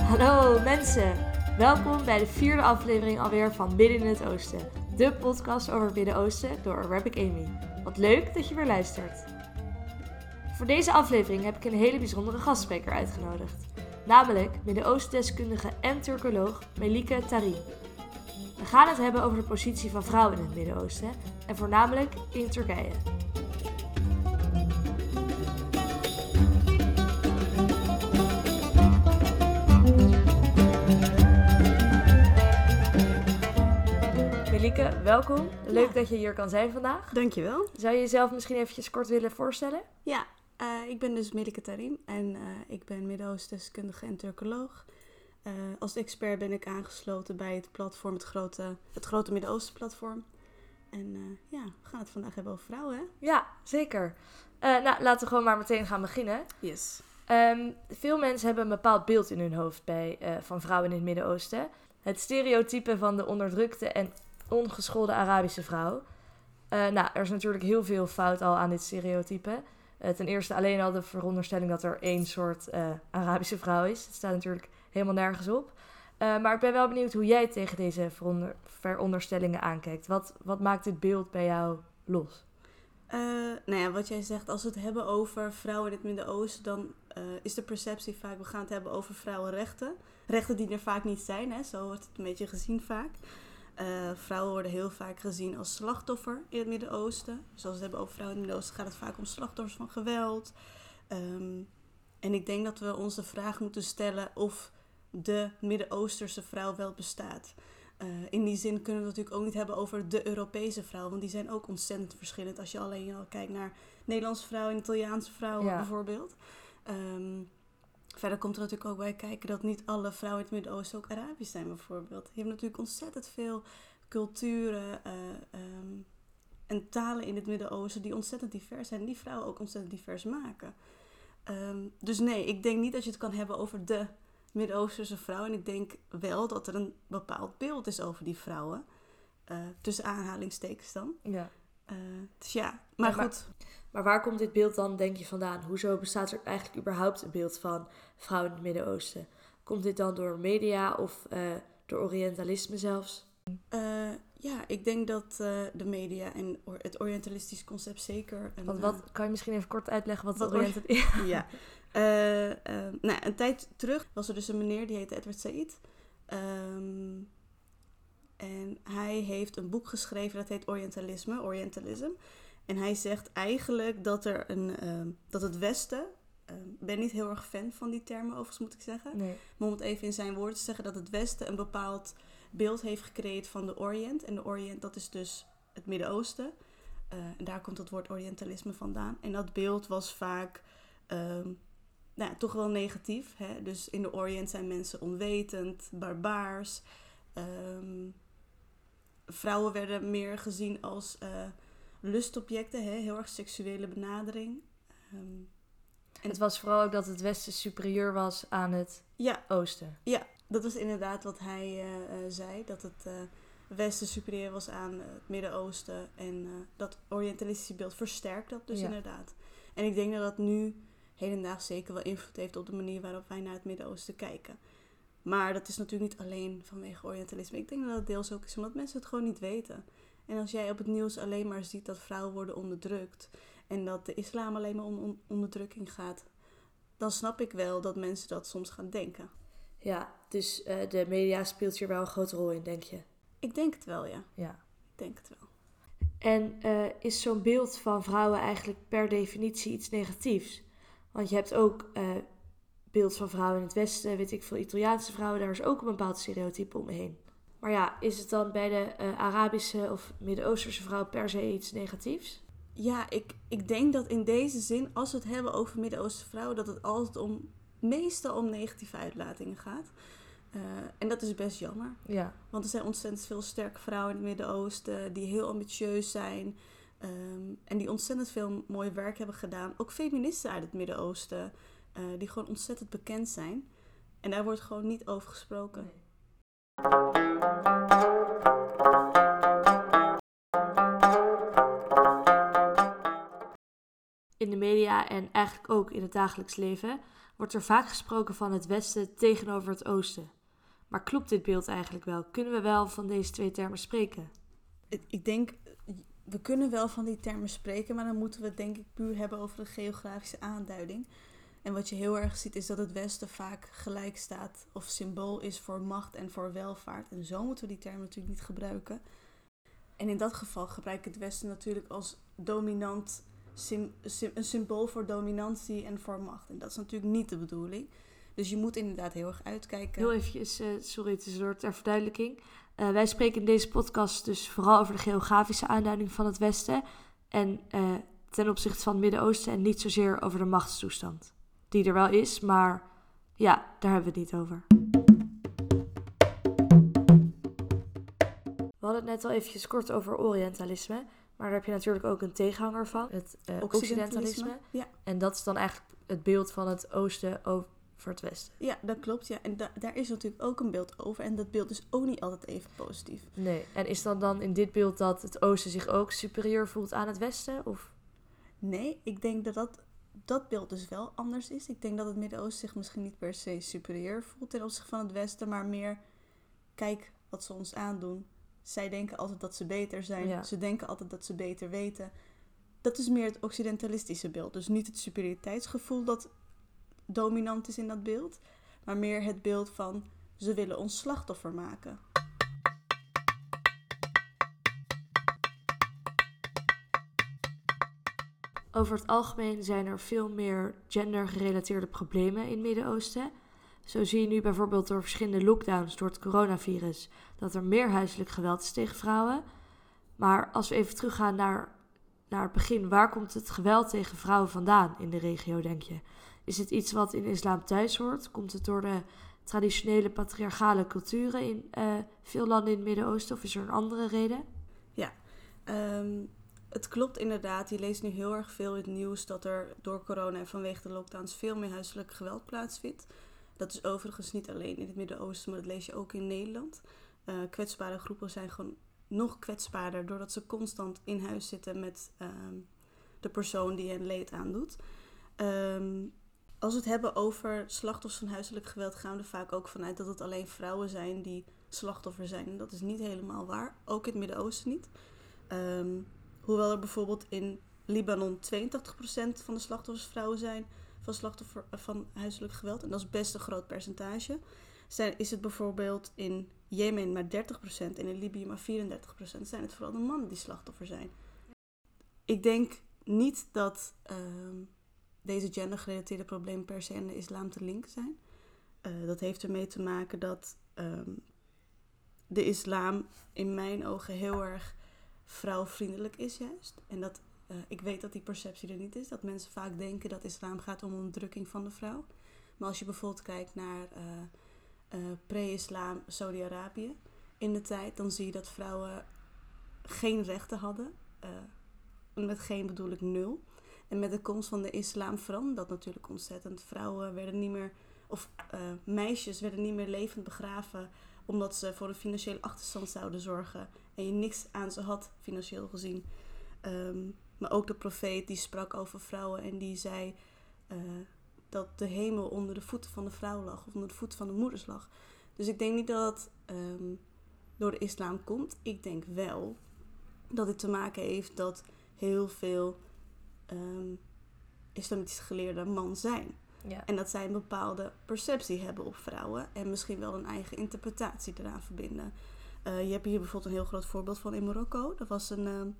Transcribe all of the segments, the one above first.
Hallo mensen, welkom bij de 4e aflevering alweer van Midden in het Oosten. De podcast over het Midden-Oosten door Arabic Amy. Wat leuk dat je weer luistert. Voor deze aflevering heb ik een hele bijzondere gastspreker uitgenodigd. Namelijk Midden-Oosten-deskundige en Turkoloog Melike Tarim. We gaan het hebben over de positie van vrouwen in het Midden-Oosten en voornamelijk in Turkije. Melike, welkom. Leuk dat je hier kan zijn vandaag. Dankjewel. Zou je jezelf misschien eventjes kort willen voorstellen? Ja, ik ben dus Melike Tarim en ik ben Midden-Oosten-deskundige en Turkoloog. Als expert ben ik aangesloten bij het platform, het grote Midden-Oosten-platform. En we gaan het vandaag hebben over vrouwen, hè? Ja, zeker. Laten we gewoon maar meteen gaan beginnen. Yes. Veel mensen hebben een bepaald beeld in hun hoofd van vrouwen in het Midden-Oosten. Het stereotype van de onderdrukte en ongeschoolde Arabische vrouw. Er is natuurlijk heel veel fout al aan dit stereotype. Ten eerste alleen al de veronderstelling dat er één soort Arabische vrouw is. Het staat natuurlijk helemaal nergens op. Maar ik ben wel benieuwd hoe jij tegen deze veronderstellingen aankijkt. Wat maakt dit beeld bij jou los? Wat jij zegt, als we het hebben over vrouwen in het Midden-Oosten, dan is de perceptie vaak, we gaan het hebben over vrouwenrechten. Rechten die er vaak niet zijn, hè? Zo wordt het een beetje gezien vaak. Vrouwen worden heel vaak gezien als slachtoffer in het Midden-Oosten. Dus als we het hebben over vrouwen in het Midden-Oosten, gaat het vaak om slachtoffers van geweld. En ik denk dat we ons de vraag moeten stellen of de Midden-Oosterse vrouw wel bestaat. In die zin kunnen we het natuurlijk ook niet hebben over de Europese vrouw, want die zijn ook ontzettend verschillend. Als je alleen al kijkt naar Nederlandse vrouwen en Italiaanse vrouwen bijvoorbeeld. Verder komt er natuurlijk ook bij kijken dat niet alle vrouwen in het Midden-Oosten ook Arabisch zijn bijvoorbeeld. Je hebt natuurlijk ontzettend veel culturen en talen in het Midden-Oosten die ontzettend divers zijn. En die vrouwen ook ontzettend divers maken. Dus nee, ik denk niet dat je het kan hebben over de Midden-Oosterse vrouw. En ik denk wel dat er een bepaald beeld is over die vrouwen. Tussen aanhalingstekens dan. Ja. Dus ja, maar goed. Maar waar komt dit beeld dan, denk je, vandaan? Hoezo bestaat er eigenlijk überhaupt een beeld van vrouwen in het Midden-Oosten? Komt dit dan door media of door Orientalisme zelfs? Ik denk dat de media en het Orientalistisch concept zeker... Kan je misschien even kort uitleggen wat Orientalisme is? Ja. Een tijd terug was er dus een meneer, die heette Edward Said. En hij heeft een boek geschreven, dat heet Orientalism. En hij zegt eigenlijk dat dat het Westen... Ik ben niet heel erg fan van die termen overigens, moet ik zeggen. Nee. Maar om het even in zijn woorden te zeggen, dat het Westen een bepaald beeld heeft gecreëerd van de Orient. En de Orient, dat is dus het Midden-Oosten. En daar komt het woord Orientalisme vandaan. En dat beeld was vaak toch wel negatief. Hè? Dus in de Orient zijn mensen onwetend, barbaars. Vrouwen werden meer gezien als lustobjecten, hè? Heel erg seksuele benadering. En het was vooral ook dat het Westen superieur was aan het Oosten. Ja, dat was inderdaad wat hij zei. Dat het Westen superieur was aan het Midden-Oosten. En dat Orientalistische beeld versterkt dat dus inderdaad. En ik denk dat dat nu hedendaags zeker wel invloed heeft op de manier waarop wij naar het Midden-Oosten kijken. Maar dat is natuurlijk niet alleen vanwege Orientalisme. Ik denk dat het deels ook is omdat mensen het gewoon niet weten. En als jij op het nieuws alleen maar ziet dat vrouwen worden onderdrukt en dat de islam alleen maar om onderdrukking gaat, dan snap ik wel dat mensen dat soms gaan denken. Ja, dus de media speelt hier wel een grote rol in, denk je? Ik denk het wel, ja. Ja. Ik denk het wel. En is zo'n beeld van vrouwen eigenlijk per definitie iets negatiefs? Want je hebt ook beeld van vrouwen in het Westen, weet ik veel, Italiaanse vrouwen, daar is ook een bepaald stereotype omheen. Maar ja, is het dan bij de Arabische of Midden-Oosterse vrouw per se iets negatiefs? Ja, ik denk dat in deze zin, als we het hebben over Midden-Oosterse vrouwen, dat het altijd meestal om negatieve uitlatingen gaat. En dat is best jammer. Ja. Want er zijn ontzettend veel sterke vrouwen in het Midden-Oosten die heel ambitieus zijn. En die ontzettend veel mooi werk hebben gedaan. Ook feministen uit het Midden-Oosten, die gewoon ontzettend bekend zijn. En daar wordt gewoon niet over gesproken. Nee. In de media en eigenlijk ook in het dagelijks leven wordt er vaak gesproken van het Westen tegenover het Oosten. Maar klopt dit beeld eigenlijk wel? Kunnen we wel van deze twee termen spreken? Ik denk, we kunnen wel van die termen spreken, maar dan moeten we het denk ik puur hebben over de geografische aanduiding. En wat je heel erg ziet is dat het Westen vaak gelijk staat of symbool is voor macht en voor welvaart. En zo moeten we die term natuurlijk niet gebruiken. En in dat geval gebruik ik het Westen natuurlijk als dominant, een symbool voor dominantie en voor macht. En dat is natuurlijk niet de bedoeling. Dus je moet inderdaad heel erg uitkijken. Heel eventjes, sorry tussendoor ter verduidelijking. Wij spreken in deze podcast dus vooral over de geografische aanduiding van het Westen. En ten opzichte van het Midden-Oosten en niet zozeer over de machtstoestand. Die er wel is, maar ja, daar hebben we het niet over. We hadden het net al eventjes kort over Orientalisme. Maar daar heb je natuurlijk ook een tegenhanger van. Het Occidentalisme. Ja. En dat is dan eigenlijk het beeld van het Oosten over het Westen. Ja, dat klopt. Ja. En daar is natuurlijk ook een beeld over. En dat beeld is ook niet altijd even positief. Nee. En is dan in dit beeld dat het Oosten zich ook superieur voelt aan het Westen? Of? Nee, ik denk dat beeld dus wel anders is. Ik denk dat het Midden-Oosten zich misschien niet per se superieur voelt ten opzichte van het Westen. Maar meer, kijk wat ze ons aandoen. Zij denken altijd dat ze beter zijn. Ja. Ze denken altijd dat ze beter weten. Dat is meer het occidentalistische beeld. Dus niet het superioriteitsgevoel dat dominant is in dat beeld. Maar meer het beeld van ze willen ons slachtoffer maken. Over het algemeen zijn er veel meer gendergerelateerde problemen in het Midden-Oosten. Zo zie je nu bijvoorbeeld door verschillende lockdowns door het coronavirus dat er meer huiselijk geweld is tegen vrouwen. Maar als we even teruggaan naar het begin, waar komt het geweld tegen vrouwen vandaan in de regio, denk je? Is het iets wat in de islam thuis hoort? Komt het door de traditionele patriarchale culturen in veel landen in het Midden-Oosten of is er een andere reden? Ja, het klopt inderdaad. Je leest nu heel erg veel in het nieuws dat er door corona en vanwege de lockdowns veel meer huiselijk geweld plaatsvindt. Dat is overigens niet alleen in het Midden-Oosten, maar dat lees je ook in Nederland. Kwetsbare groepen zijn gewoon nog kwetsbaarder doordat ze constant in huis zitten met de persoon die hen leed aandoet. Als we het hebben over slachtoffers van huiselijk geweld, gaan we er vaak ook vanuit dat het alleen vrouwen zijn die slachtoffer zijn. En dat is niet helemaal waar, ook in het Midden-Oosten niet. Hoewel er bijvoorbeeld in Libanon 82% van de slachtoffers vrouwen zijn van huiselijk geweld. En dat is best een groot percentage. Is het bijvoorbeeld in Jemen maar 30% en in Libië maar 34%. Zijn het vooral de mannen die slachtoffer zijn. Ik denk niet dat deze gendergerelateerde problemen per se aan de islam te linken zijn. Dat heeft ermee te maken dat de islam in mijn ogen heel erg vrouwvriendelijk is juist. En dat ik weet dat die perceptie er niet is. Dat mensen vaak denken dat islam gaat om onderdrukking van de vrouw. Maar als je bijvoorbeeld kijkt naar pre-islam Saudi-Arabië in de tijd, dan zie je dat vrouwen geen rechten hadden. Met geen bedoel ik 0. En met de komst van de islam veranderde dat natuurlijk ontzettend. Vrouwen werden niet meer, of meisjes werden niet meer levend begraven omdat ze voor een financiële achterstand zouden zorgen en je niks aan ze had, financieel gezien. Maar ook de profeet die sprak over vrouwen en die zei dat de hemel onder de voeten van de vrouw lag, of onder de voeten van de moeders lag. Dus ik denk niet dat het door de islam komt. Ik denk wel dat het te maken heeft dat heel veel islamitische geleerden man zijn. Ja. En dat zij een bepaalde perceptie hebben op vrouwen en misschien wel een eigen interpretatie eraan verbinden. Je hebt hier bijvoorbeeld een heel groot voorbeeld van in Marokko. Dat was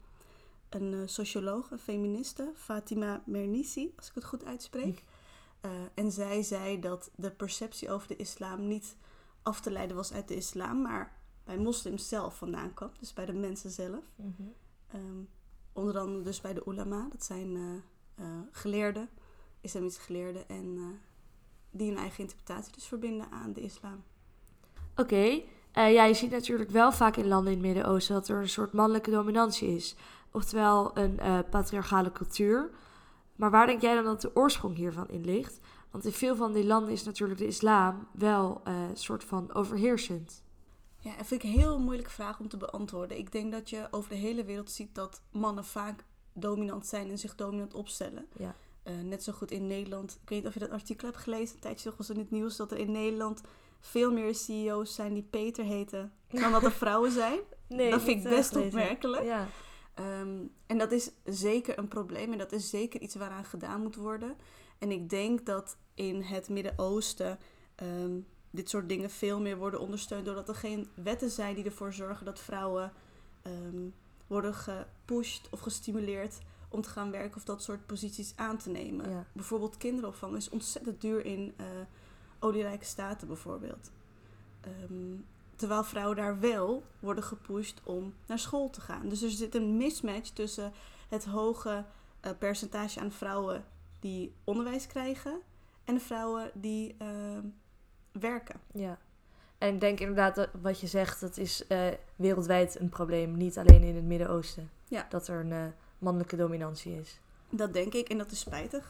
een socioloog, een feministe, Fatima Mernissi, als ik het goed uitspreek. En zij zei dat de perceptie over de islam niet af te leiden was uit de islam, maar bij moslims zelf vandaan kwam. Dus bij de mensen zelf. Mm-hmm. Onder andere dus bij de ulama. Dat zijn geleerden, islamitische geleerden. En die hun eigen interpretatie dus verbinden aan de islam. Oké. Je ziet natuurlijk wel vaak in landen in het Midden-Oosten dat er een soort mannelijke dominantie is. Oftewel een patriarchale cultuur. Maar waar denk jij dan dat de oorsprong hiervan in ligt? Want in veel van die landen is natuurlijk de islam wel een soort van overheersend. Ja, dat vind ik een heel moeilijke vraag om te beantwoorden. Ik denk dat je over de hele wereld ziet dat mannen vaak dominant zijn en zich dominant opstellen. Ja. Net zo goed in Nederland. Ik weet niet of je dat artikel hebt gelezen. Een tijdje terug was in het nieuws dat er in Nederland veel meer CEO's zijn die Peter heten dan dat er vrouwen zijn. Nee, dat vind ik best gelezen. opmerkelijk. Ja. En dat is zeker een probleem. En dat is zeker iets waaraan gedaan moet worden. En ik denk dat in het Midden-Oosten dit soort dingen veel meer worden ondersteund. Doordat er geen wetten zijn die ervoor zorgen dat vrouwen worden gepusht of gestimuleerd om te gaan werken of dat soort posities aan te nemen. Ja. Bijvoorbeeld kinderopvang is ontzettend duur in olierijke staten bijvoorbeeld. Terwijl vrouwen daar wel worden gepusht om naar school te gaan. Dus er zit een mismatch tussen het hoge percentage aan vrouwen die onderwijs krijgen en de vrouwen die werken. Ja. En ik denk inderdaad dat wat je zegt, dat is wereldwijd een probleem. Niet alleen in het Midden-Oosten. Ja. Dat er een mannelijke dominantie is. Dat denk ik en dat is spijtig.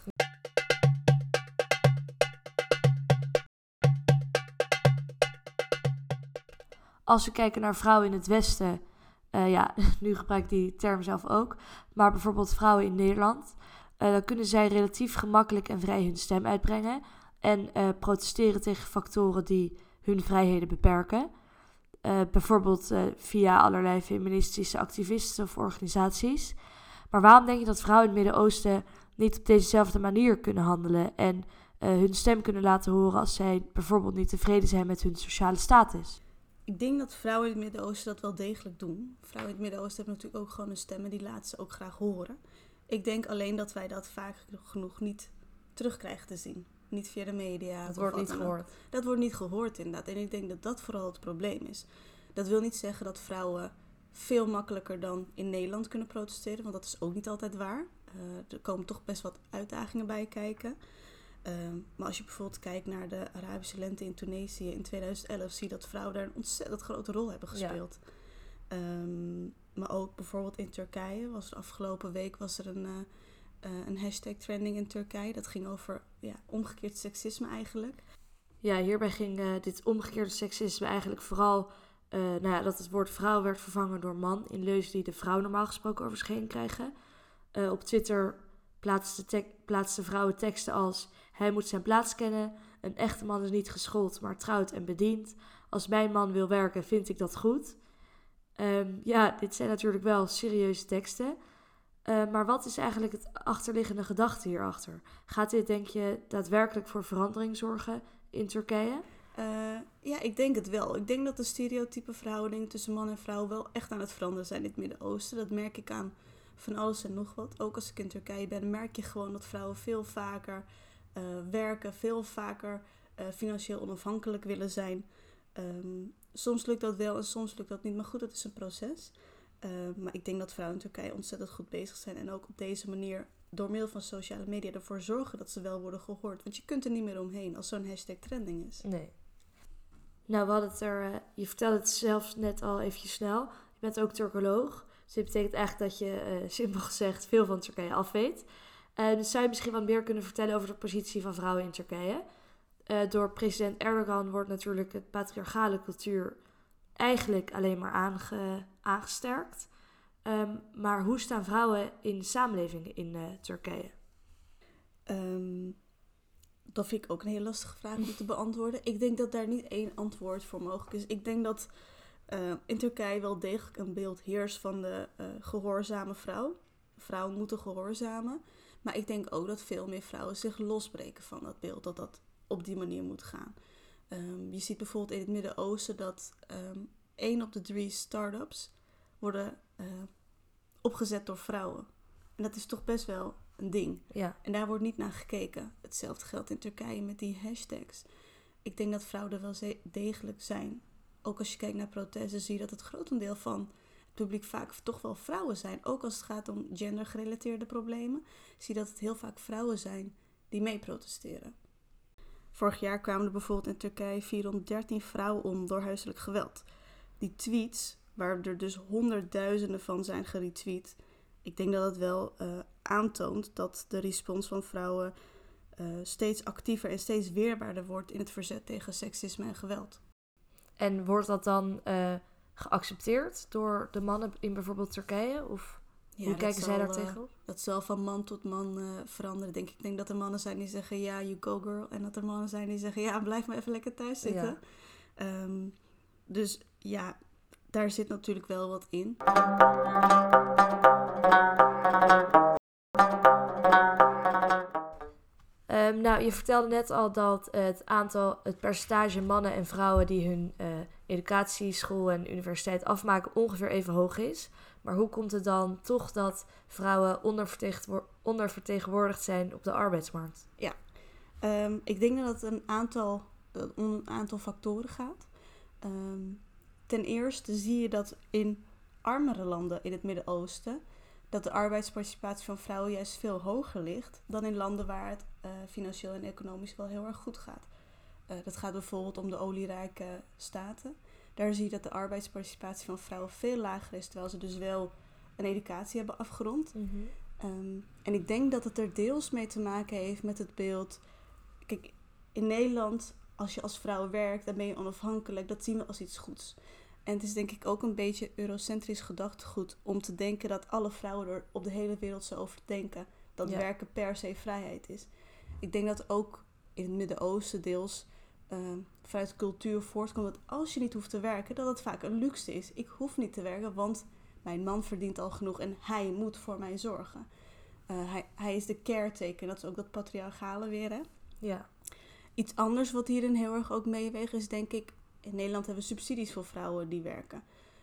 Als we kijken naar vrouwen in het Westen, nu gebruik ik die term zelf ook, maar bijvoorbeeld vrouwen in Nederland, dan kunnen zij relatief gemakkelijk en vrij hun stem uitbrengen en protesteren tegen factoren die hun vrijheden beperken. Bijvoorbeeld via allerlei feministische activisten of organisaties. Maar waarom denk je dat vrouwen in het Midden-Oosten niet op dezezelfde manier kunnen handelen en hun stem kunnen laten horen als zij bijvoorbeeld niet tevreden zijn met hun sociale status? Ik denk dat vrouwen in het Midden-Oosten dat wel degelijk doen. Vrouwen in het Midden-Oosten hebben natuurlijk ook gewoon een stem en die laten ze ook graag horen. Ik denk alleen dat wij dat vaak genoeg niet terugkrijgen te zien. Niet via de media. Dat wordt niet gehoord. Dat wordt niet gehoord inderdaad. En ik denk dat dat vooral het probleem is. Dat wil niet zeggen dat vrouwen veel makkelijker dan in Nederland kunnen protesteren. Want dat is ook niet altijd waar. Er komen toch best wat uitdagingen bij kijken. Maar als je bijvoorbeeld kijkt naar de Arabische lente in Tunesië in 2011... zie je dat vrouwen daar een ontzettend grote rol hebben gespeeld. Ja. Maar ook bijvoorbeeld in Turkije. Afgelopen week was er een hashtag trending in Turkije. Dat ging over omgekeerd seksisme eigenlijk. Ja, hierbij ging dit omgekeerde seksisme eigenlijk vooral dat het woord vrouw werd vervangen door man in leuzen die de vrouw normaal gesproken over zich heen krijgen. Op Twitter plaatsten vrouwen teksten als: hij moet zijn plaats kennen, een echte man is niet geschoold, maar trouwt en bedient. Als mijn man wil werken, vind ik dat goed. Dit zijn natuurlijk wel serieuze teksten. Maar wat is eigenlijk het achterliggende gedachte hierachter? Gaat dit, denk je, daadwerkelijk voor verandering zorgen in Turkije? Ik denk het wel. Ik denk dat de stereotype verhouding tussen man en vrouw wel echt aan het veranderen zijn in het Midden-Oosten. Dat merk ik aan van alles en nog wat. Ook als ik in Turkije ben, merk je gewoon dat vrouwen veel vaker werken, veel vaker financieel onafhankelijk willen zijn. Soms lukt dat wel en soms lukt dat niet. Maar goed, dat is een proces. Maar ik denk dat vrouwen in Turkije ontzettend goed bezig zijn. En ook op deze manier, door middel van sociale media, ervoor zorgen dat ze wel worden gehoord. Want je kunt er niet meer omheen als zo'n hashtag trending is. Nee. Nou, we hadden het je vertelde het zelf net al eventjes snel. Je bent ook Turkoloog. Dus dit betekent eigenlijk dat je, simpel gezegd, veel van Turkije af weet. Dus zou je misschien wat meer kunnen vertellen over de positie van vrouwen in Turkije? Door president Erdogan wordt natuurlijk het patriarchale cultuur eigenlijk alleen maar aangesterkt. Maar hoe staan vrouwen in de samenleving in Turkije? Dat vind ik ook een hele lastige vraag om te beantwoorden. Ik denk dat daar niet één antwoord voor mogelijk is. Ik denk dat in Turkije wel degelijk een beeld heerst van de gehoorzame vrouw. Vrouwen moeten gehoorzamen. Maar ik denk ook dat veel meer vrouwen zich losbreken van dat beeld. Dat op die manier moet gaan. Je ziet bijvoorbeeld in het Midden-Oosten dat 1 op de 3 start-ups worden opgezet door vrouwen. En dat is toch best wel een ding. Ja. En daar wordt niet naar gekeken. Hetzelfde geldt in Turkije met die hashtags. Ik denk dat vrouwen er wel degelijk zijn. Ook als je kijkt naar protesten zie je dat het grotendeel van het publiek vaak toch wel vrouwen zijn. Ook als het gaat om gendergerelateerde problemen. Zie je dat het heel vaak vrouwen zijn die mee protesteren. Vorig jaar kwamen er bijvoorbeeld in Turkije 413 vrouwen om door huiselijk geweld. Die tweets, waar er dus honderdduizenden van zijn geretweet. Ik denk dat het wel aantoont dat de respons van vrouwen steeds actiever en steeds weerbaarder wordt in het verzet tegen seksisme en geweld. En wordt dat dan geaccepteerd door de mannen in bijvoorbeeld Turkije? Of? Hoe kijken zij daar tegenop? Dat zal van man tot man veranderen, denk ik. Ik denk dat er mannen zijn die zeggen, ja, you go girl. En dat er mannen zijn die zeggen, ja, blijf maar even lekker thuis zitten. Ja. Dus ja, daar zit natuurlijk wel wat in. Nou, je vertelde net al dat het percentage mannen en vrouwen die hun educatie, school en universiteit afmaken ongeveer even hoog is. Maar hoe komt het dan toch dat vrouwen ondervertegenwoordigd zijn op de arbeidsmarkt? Ja, ik denk dat het om een aantal factoren gaat. Ten eerste zie je dat in armere landen in het Midden-Oosten dat de arbeidsparticipatie van vrouwen juist veel hoger ligt dan in landen waar het financieel en economisch wel heel erg goed gaat. Dat gaat bijvoorbeeld om de olierijke staten. Daar zie je dat de arbeidsparticipatie van vrouwen veel lager is, terwijl ze dus wel een educatie hebben afgerond. Mm-hmm. En ik denk dat het er deels mee te maken heeft met het beeld. Kijk, in Nederland, als je als vrouw werkt, dan ben je onafhankelijk. Dat zien we als iets goeds. En het is denk ik ook een beetje eurocentrisch gedachtegoed om te denken dat alle vrouwen er op de hele wereld zo over denken. Dat werken per se vrijheid is. Ik denk dat ook in het Midden-Oosten deels vanuit de cultuur voortkomt dat als je niet hoeft te werken, dat het vaak een luxe is. Ik hoef niet te werken, want mijn man verdient al genoeg en hij moet voor mij zorgen. Hij is de caretaker, dat is ook dat patriarchale weer, hè? Ja. Iets anders wat hierin heel erg ook meeweegt is, denk ik, in Nederland hebben we subsidies voor vrouwen die werken.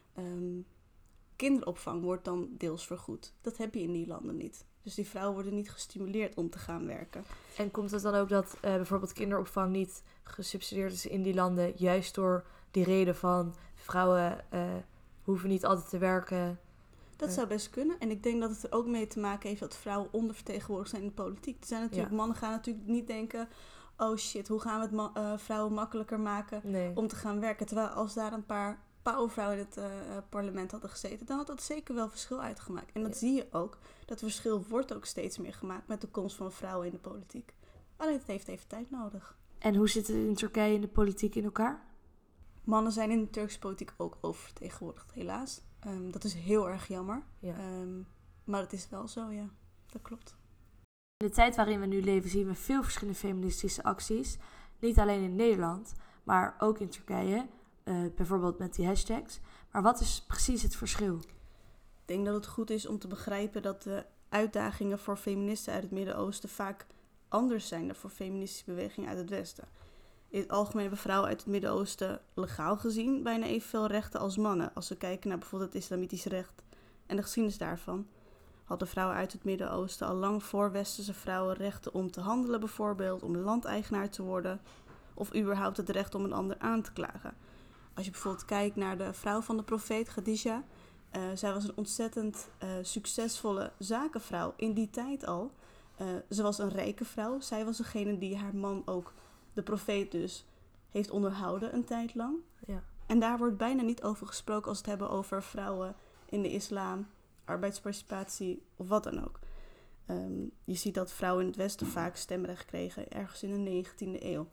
Kinderopvang wordt dan deels vergoed. Dat heb je in die landen niet. Dus die vrouwen worden niet gestimuleerd om te gaan werken. En komt het dan ook dat bijvoorbeeld kinderopvang niet gesubsidieerd is in die landen, juist door die reden van vrouwen hoeven niet altijd te werken? Dat zou best kunnen. En ik denk dat het er ook mee te maken heeft dat vrouwen ondervertegenwoordigd zijn in de politiek. Er zijn natuurlijk, mannen gaan natuurlijk niet denken, oh shit, hoe gaan we het vrouwen makkelijker maken om te gaan werken. Terwijl als daar een paar powervrouwen in het parlement hadden gezeten, dan had dat zeker wel verschil uitgemaakt. En dat zie je ook. Dat verschil wordt ook steeds meer gemaakt met de komst van vrouwen in de politiek. Alleen het heeft even tijd nodig. En hoe zit het in Turkije in de politiek in elkaar? Mannen zijn in de Turkse politiek ook oververtegenwoordigd, helaas. Dat is heel erg jammer. Ja. Maar het is wel zo, ja. Dat klopt. In de tijd waarin we nu leven zien we veel verschillende feministische acties. Niet alleen in Nederland, maar ook in Turkije. Bijvoorbeeld met die hashtags. Maar wat is precies het verschil? Ik denk dat het goed is om te begrijpen dat de uitdagingen voor feministen uit het Midden-Oosten vaak anders zijn dan voor feministische bewegingen uit het Westen. In het algemeen hebben vrouwen uit het Midden-Oosten legaal gezien bijna evenveel rechten als mannen. Als we kijken naar bijvoorbeeld het islamitisch recht en de geschiedenis daarvan, hadden vrouwen uit het Midden-Oosten al lang voor westerse vrouwen rechten om te handelen bijvoorbeeld, om landeigenaar te worden of überhaupt het recht om een ander aan te klagen. Als je bijvoorbeeld kijkt naar de vrouw van de profeet, Khadija, zij was een ontzettend succesvolle zakenvrouw in die tijd al. Ze was een rijke vrouw. Zij was degene die haar man ook, de profeet dus, heeft onderhouden een tijd lang. Ja. En daar wordt bijna niet over gesproken als we het hebben over vrouwen in de islam, arbeidsparticipatie of wat dan ook. Je ziet dat vrouwen in het Westen vaak stemrecht kregen, ergens in de 19e eeuw.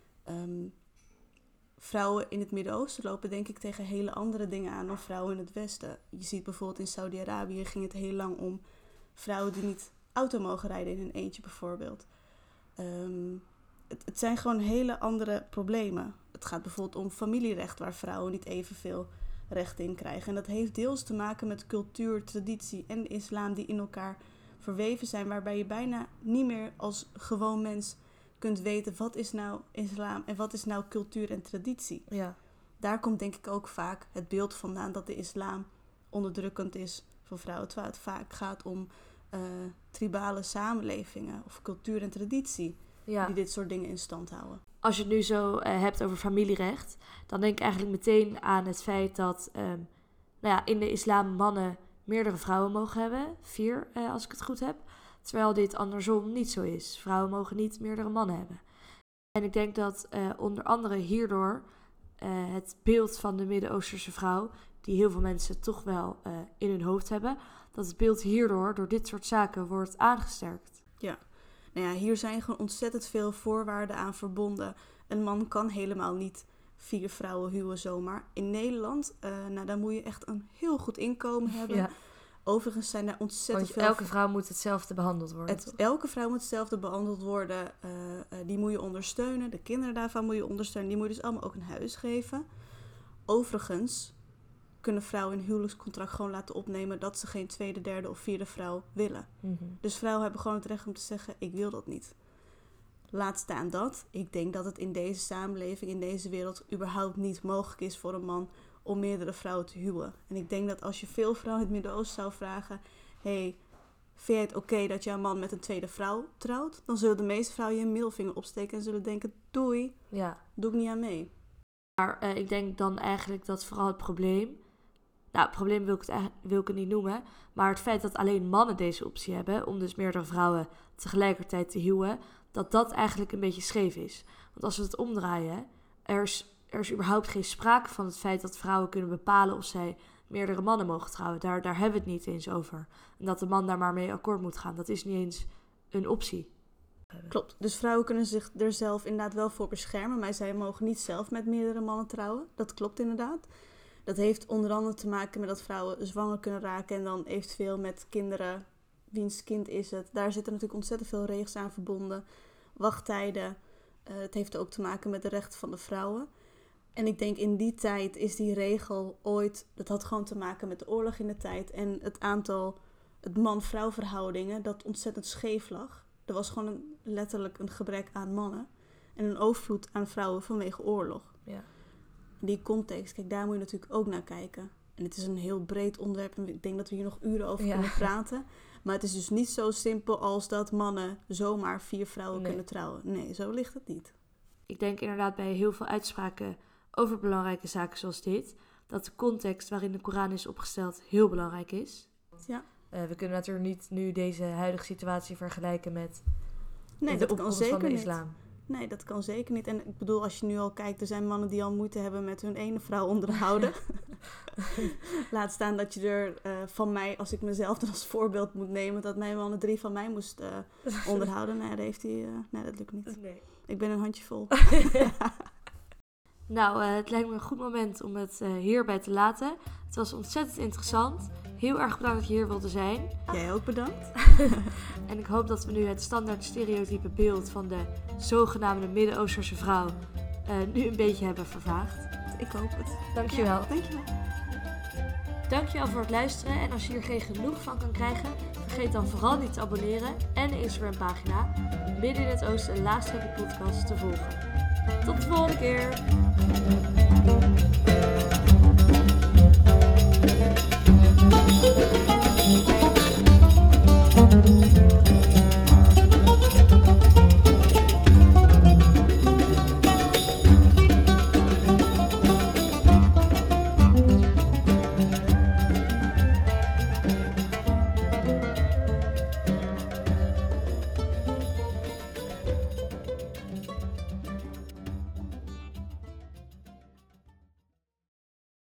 Vrouwen in het Midden-Oosten lopen denk ik tegen hele andere dingen aan dan vrouwen in het Westen. Je ziet bijvoorbeeld in Saudi-Arabië ging het heel lang om vrouwen die niet auto mogen rijden in hun eentje bijvoorbeeld. Het zijn gewoon hele andere problemen. Het gaat bijvoorbeeld om familierecht waar vrouwen niet evenveel rechten in krijgen. En dat heeft deels te maken met cultuur, traditie en de islam die in elkaar verweven zijn, waarbij je bijna niet meer als gewoon mens kunt weten wat is nou islam en wat is nou cultuur en traditie. Ja. Daar komt denk ik ook vaak het beeld vandaan dat de islam onderdrukkend is voor vrouwen. Terwijl het vaak gaat om tribale samenlevingen of cultuur en traditie die dit soort dingen in stand houden. Als je het nu zo hebt over familierecht, dan denk ik eigenlijk meteen aan het feit dat in de islam mannen meerdere vrouwen mogen hebben. 4, als ik het goed heb. Terwijl dit andersom niet zo is. Vrouwen mogen niet meerdere mannen hebben. En ik denk dat onder andere hierdoor het beeld van de Midden-Oosterse vrouw, die heel veel mensen toch wel in hun hoofd hebben, dat het beeld hierdoor, door dit soort zaken, wordt aangesterkt. Ja, nou ja, hier zijn gewoon ontzettend veel voorwaarden aan verbonden. Een man kan helemaal niet 4 vrouwen huwen zomaar. In Nederland, dan moet je echt een heel goed inkomen hebben. Overigens zijn er ontzettend Want veel... elke vrouw moet hetzelfde behandeld worden. Elke vrouw moet hetzelfde behandeld worden. Die moet je ondersteunen. De kinderen daarvan moet je ondersteunen. Die moet je dus allemaal ook een huis geven. Overigens kunnen vrouwen in huwelijkscontract gewoon laten opnemen dat ze geen tweede, derde of vierde vrouw willen. Mm-hmm. Dus vrouwen hebben gewoon het recht om te zeggen, ik wil dat niet. Laat staan dat. Ik denk dat het in deze samenleving, in deze wereld, überhaupt niet mogelijk is voor een man om meerdere vrouwen te huwen. En ik denk dat als je veel vrouwen in het Midden-Oosten zou vragen, hey, vind jij het oké dat jouw man met een tweede vrouw trouwt? Dan zullen de meeste vrouwen je een middelvinger opsteken en zullen denken, doei, doe ik niet aan mee. Maar ik denk dan eigenlijk dat vooral het probleem... Nou, het probleem wil ik het niet noemen. Maar het feit dat alleen mannen deze optie hebben... om dus meerdere vrouwen tegelijkertijd te huwen... dat eigenlijk een beetje scheef is. Want als we het omdraaien... Er is überhaupt geen sprake van het feit dat vrouwen kunnen bepalen... of zij meerdere mannen mogen trouwen. Daar hebben we het niet eens over. En dat de man daar maar mee akkoord moet gaan. Dat is niet eens een optie. Klopt. Dus vrouwen kunnen zich er zelf inderdaad wel voor beschermen. Maar zij mogen niet zelf met meerdere mannen trouwen. Dat klopt inderdaad. Dat heeft onder andere te maken met dat vrouwen zwanger kunnen raken... en dan eventueel met kinderen, wiens kind is het. Daar zitten natuurlijk ontzettend veel regels aan verbonden. Wachttijden. Het heeft ook te maken met de rechten van de vrouwen. En ik denk in die tijd is die regel ooit... Dat had gewoon te maken met de oorlog in de tijd... en het man-vrouw verhoudingen dat ontzettend scheef lag. Er was gewoon letterlijk een gebrek aan mannen... en een overvloed aan vrouwen vanwege oorlog. Ja. Die context, kijk, daar moet je natuurlijk ook naar kijken. En het is een heel breed onderwerp en ik denk dat we hier nog uren over kunnen praten. Maar het is dus niet zo simpel als dat mannen zomaar 4 vrouwen kunnen trouwen. Nee, zo ligt het niet. Ik denk inderdaad bij heel veel uitspraken over belangrijke zaken zoals dit... dat de context waarin de Koran is opgesteld heel belangrijk is. Ja. We kunnen natuurlijk niet nu deze huidige situatie vergelijken met de opkomst van de islam. Nee, dat kan zeker niet. En ik bedoel, als je nu al kijkt, er zijn mannen die al moeite hebben met hun ene vrouw onderhouden. Laat staan dat je er van mij, als ik mezelf dan als voorbeeld moet nemen, dat mijn man 3 van mij moest onderhouden. Nee, dat lukt niet. Nee. Ik ben een handjevol. Nou, het lijkt me een goed moment om het hierbij te laten. Het was ontzettend interessant. Heel erg bedankt dat je hier wilde zijn. Jij ook bedankt. En ik hoop dat we nu het standaard stereotype beeld van de zogenaamde Midden-Oosterse vrouw nu een beetje hebben vervaagd. Ik hoop het. Dankjewel. Ja, dankjewel. Dankjewel voor het luisteren. En als je hier geen genoeg van kan krijgen, vergeet dan vooral niet te abonneren en de Instagram pagina Midden in het Oosten Last Happy Podcast te volgen. Tot de volgende keer!